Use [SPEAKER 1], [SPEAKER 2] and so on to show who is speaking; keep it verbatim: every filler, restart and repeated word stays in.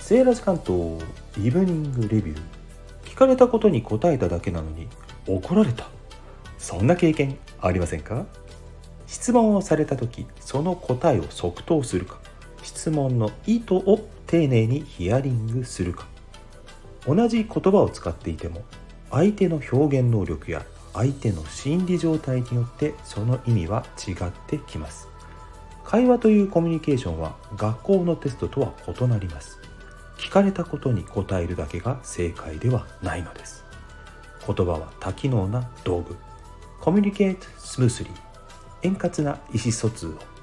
[SPEAKER 1] セーラーズ関東イブニングレビュー。聞かれたことに答えただけなのに怒られた。そんな経験ありませんか？質問をされたとき、その答えを即答するか、質問の意図を丁寧にヒアリングするか。同じ言葉を使っていても、相手の表現能力や相手の心理状態によってその意味は違ってきます。会話というコミュニケーションは学校のテストとは異なります。聞かれたことに答えるだけが正解ではないのです。言葉は多機能な道具。コミュニケートスムースリー。円滑な意思疎通を